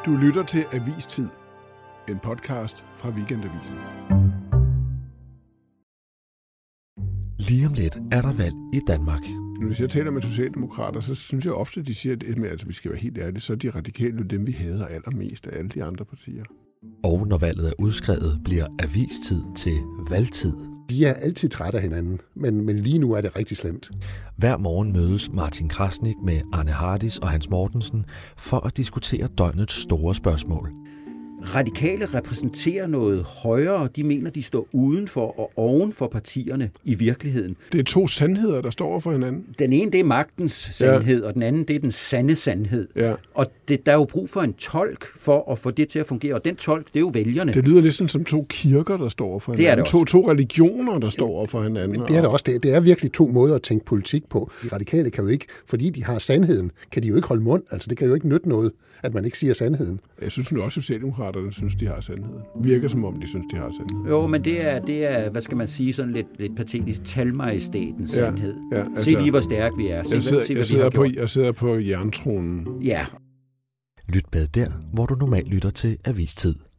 Du lytter til Avistid, en podcast fra Weekendavisen. Lige om lidt er der valg i Danmark. Hvis jeg taler med socialdemokrater, så synes jeg ofte, de siger, at vi skal være helt ærlige, så er de radikale jo dem, vi hader allermest af alle de andre partier. Og når valget er udskrevet, bliver avistid til valgtid. De er altid trætte af hinanden, men lige nu er det rigtig slemt. Hver morgen mødes Martin Krasnik med Arne Hardis og Hans Mortensen for at diskutere døgnets store spørgsmål. Radikale repræsenterer noget højere. De mener, de står uden for og oven for partierne i virkeligheden. Det er to sandheder, der står over for hinanden. Den ene, det er magtens sandhed, og den anden, det er den sande sandhed. Ja. Og der er jo brug for en tolk for at få det til at fungere, og den tolk, det er jo vælgerne. Det lyder lidt som to kirker, der står over for hinanden. Det er det også. To religioner, der står over for hinanden. Det er det også. Det er virkelig to måder at tænke politik på. De radikale kan jo ikke, fordi de har sandheden, kan de jo ikke holde mund. Altså det kan jo ikke nytte noget, at man ikke siger sandheden. Jeg synes nu også, at socialdemokraterne synes, de har sandheden. Virker som om, de synes, de har sandheden. Jo, men det er hvad skal man sige, sådan lidt patetisk talmajestatens sandhed. Ja, altså, se lige, hvor stærk vi er. Jeg sidder på jerntronen. Ja. Lyt med der, hvor du normalt lytter til Avistid.